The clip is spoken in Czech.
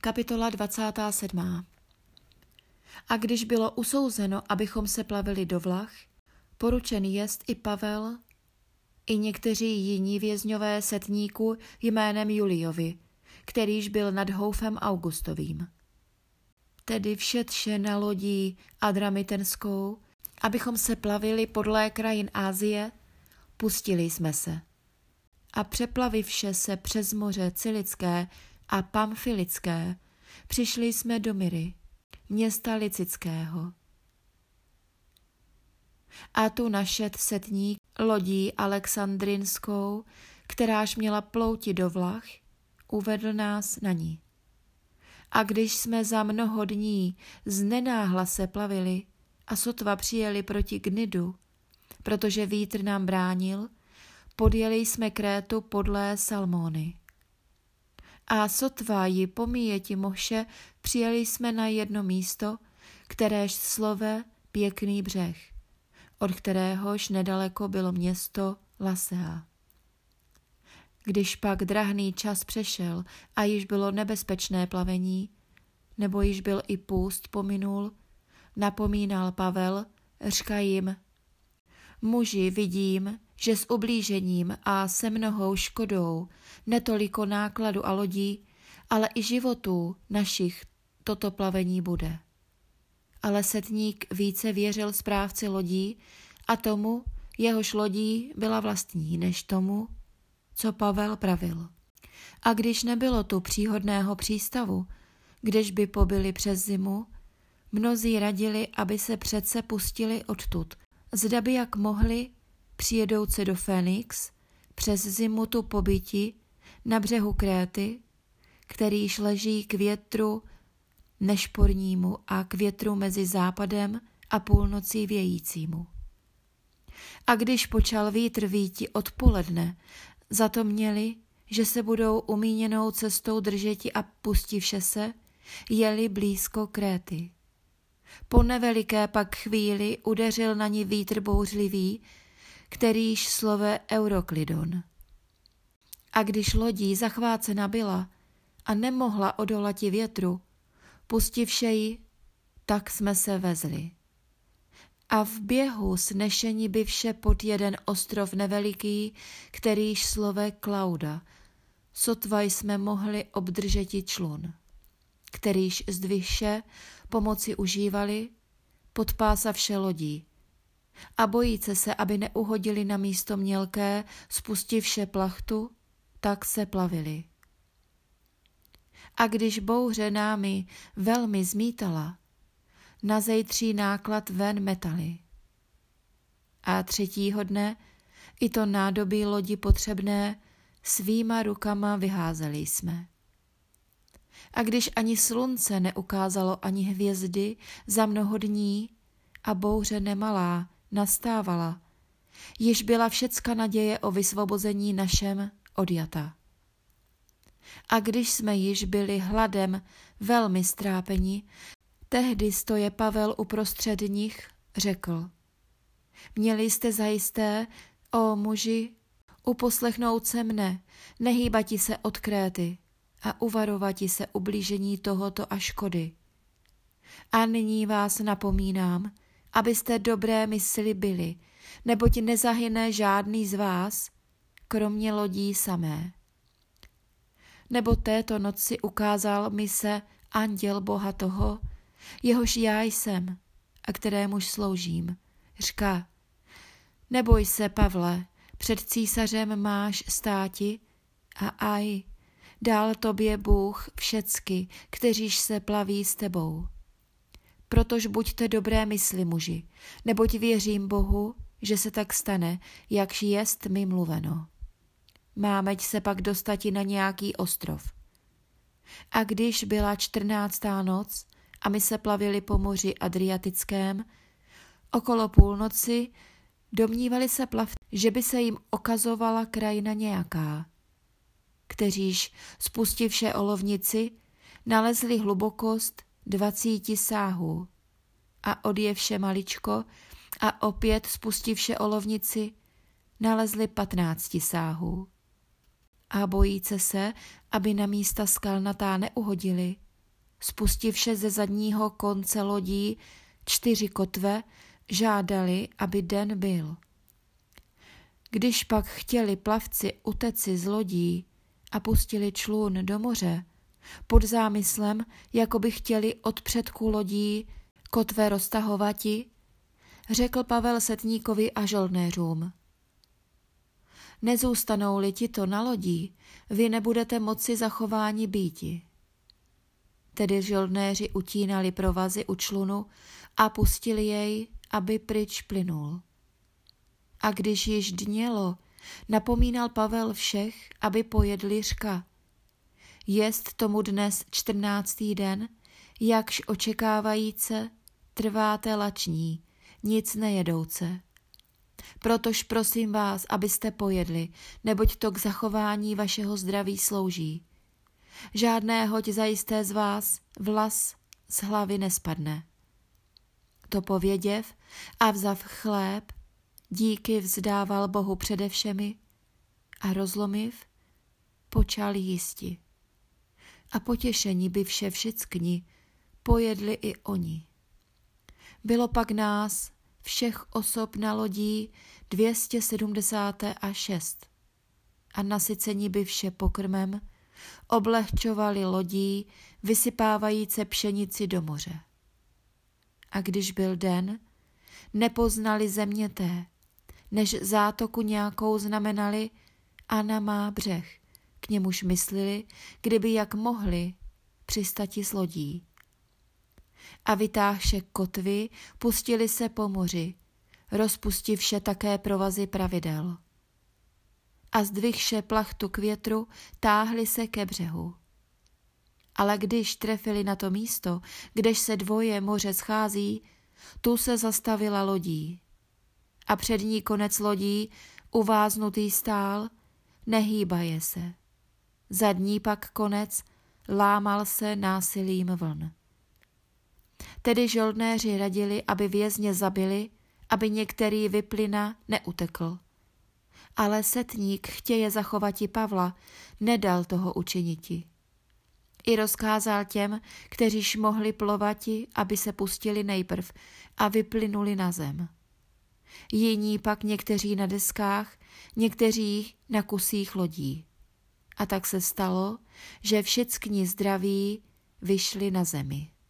Kapitola 27. A když bylo usouzeno, abychom se plavili do vlah, poručen jest i Pavel, i někteří jiní vězňové setníku jménem Juliovi, kterýž byl nad houfem Augustovým. Tedy všetše na lodí Adramitenskou, abychom se plavili podle krajin Asie, pustili jsme se. A přeplavivše se přes moře Cilické a Pamfilické, přišli jsme do Myry, města Lycického. A tu našet setník lodí Alexandrinskou, kteráž měla plouti do vlah, uvedl nás na ní. A když jsme za mnoho dní znenáhla se plavili a sotva přijeli proti Gnidu, protože vítr nám bránil, podjeli jsme Krétu podle Salmóny. A sotva ji pomíjeti moše, přijeli jsme na jedno místo, kteréž slove pěkný břeh, od kteréhož nedaleko bylo město Lasea. Když pak drahný čas přešel a již bylo nebezpečné plavení, nebo již byl i půst pominul, napomínal Pavel, řka jim: muži, vidím, že s ublížením a se mnohou škodou, netoliko nákladu a lodí, ale i životů našich toto plavení bude. Ale setník více věřil správci lodí a tomu, jehož lodí byla vlastní, než tomu, co Pavel pravil. A když nebylo tu příhodného přístavu, kdež by pobyli přes zimu, mnozí radili, aby se přece pustili odtud, zda by jak mohli, přijedouce do Fénix, přes zimu tu pobyti na břehu Kréty, kterýž leží k větru nešpornímu a k větru mezi západem a půlnocí vějícímu. A když počal vítr víti odpoledne, za to měli, že se budou umíněnou cestou držeti a pustivše se, jeli blízko Kréty. Po neveliké pak chvíli udeřil na ní vítr bouřlivý, kterýž slove Euroklidon. A když lodí zachvácena byla a nemohla odolati větru, pustivše ji, tak jsme se vezli. A v běhu snešení byvše pod jeden ostrov neveliký, kterýž slove Klauda, sotva jsme mohli obdržeti člun, kterýž zdviše pomoci užívali, podpásavše lodí. A bojíce se, aby neuhodili na místo mělké, spustivše plachtu, tak se plavili. A když bouře námi velmi zmítala, na zejtří náklad ven metali. A třetího dne i to nádobí lodi potřebné svýma rukama vyházeli jsme. A když ani slunce neukázalo ani hvězdy za mnoho dní a bouře nemalá nastávala, již byla všecka naděje o vysvobození našem odjata. A když jsme již byli hladem velmi strápeni, tehdy stoje Pavel uprostřed nich, řekl: měli jste zajisté, ó muži, uposlechnout se mne, nehýbati se od Kréty a uvarovati se ublížení tohoto a škody. A nyní vás napomínám, abyste dobré mysli byli, neboť nezahyne žádný z vás, kromě lodí samé. Nebo této noci ukázal mi se anděl Boha toho, jehož já jsem a kterémuž sloužím. Říká: neboj se, Pavle, před císařem máš státi a aj, dál tobě Bůh všecky, kteříž se plaví s tebou. Protož buďte dobré mysli, muži, neboť věřím Bohu, že se tak stane, jakž jest mi mluveno. Mámeť se pak dostati na nějaký ostrov. A když byla 14. noc a my se plavili po moři Adriatickém, okolo půlnoci domnívali se plavci, že by se jim okazovala krajina nějaká, kteříž, spustivše olovnici, nalezli hlubokost 20 sáhů a odjevše maličko a opět spustivše olovnici, nalezli 15 sáhů. A bojíce se, aby na místa skalnatá neuhodili, spustivše ze zadního konce lodí 4 kotve, žádali, aby den byl. Když pak chtěli plavci uteci z lodí a pustili člun do moře, pod zámyslem, jako by chtěli od předků lodí kotve roztahovati, řekl Pavel setníkovi a žoldnéřům: nezůstanou-li tito na lodí, vy nebudete moci zachováni býti. Tedy žoldnéři utínali provazy u člunu a pustili jej, aby pryč plynul. A když již dnělo, napomínal Pavel všech, aby pojedli řka. Jest tomu dnes 14. den, jakž očekávajíce trváte lační, nic nejedouce. Protož prosím vás, abyste pojedli, neboť to k zachování vašeho zdraví slouží. Žádnéhoť zajisté z vás vlas z hlavy nespadne. To pověděv a vzav chléb, díky vzdával Bohu přede všemi a rozlomiv, počal jísti. A potěšení by všickni pojedli i oni. Bylo pak nás, všech osob na lodí 276 a nasycení by vše pokrmem, oblehčovali lodí, vysypávajíce pšenici do moře. A když byl den, nepoznali země té, než zátoku nějakou znamenali a na má břeh, k němuž myslili, kdyby jak mohli přistati s lodí. A vytáhše kotvy, pustili se po moři, rozpustivše také provazy pravidel. A zdvihše plachtu k větru, táhli se ke břehu. Ale když trefili na to místo, kdež se dvoje moře schází, tu se zastavila lodí. A přední konec lodí, uváznutý stál, nehýbaje se. Zadní pak konec lámal se násilím vln. Tedy žoldnéři radili, aby vězně zabili, aby některý vyplyna neutekl. Ale setník, chtěje zachovati Pavla, nedal toho učiniti. I rozkázal těm, kteříž mohli plovati, aby se pustili nejprv a vyplynuli na zem. Jiní pak někteří na deskách, někteří na kusích lodí. A tak se stalo, že všichni zdraví vyšli na zemi.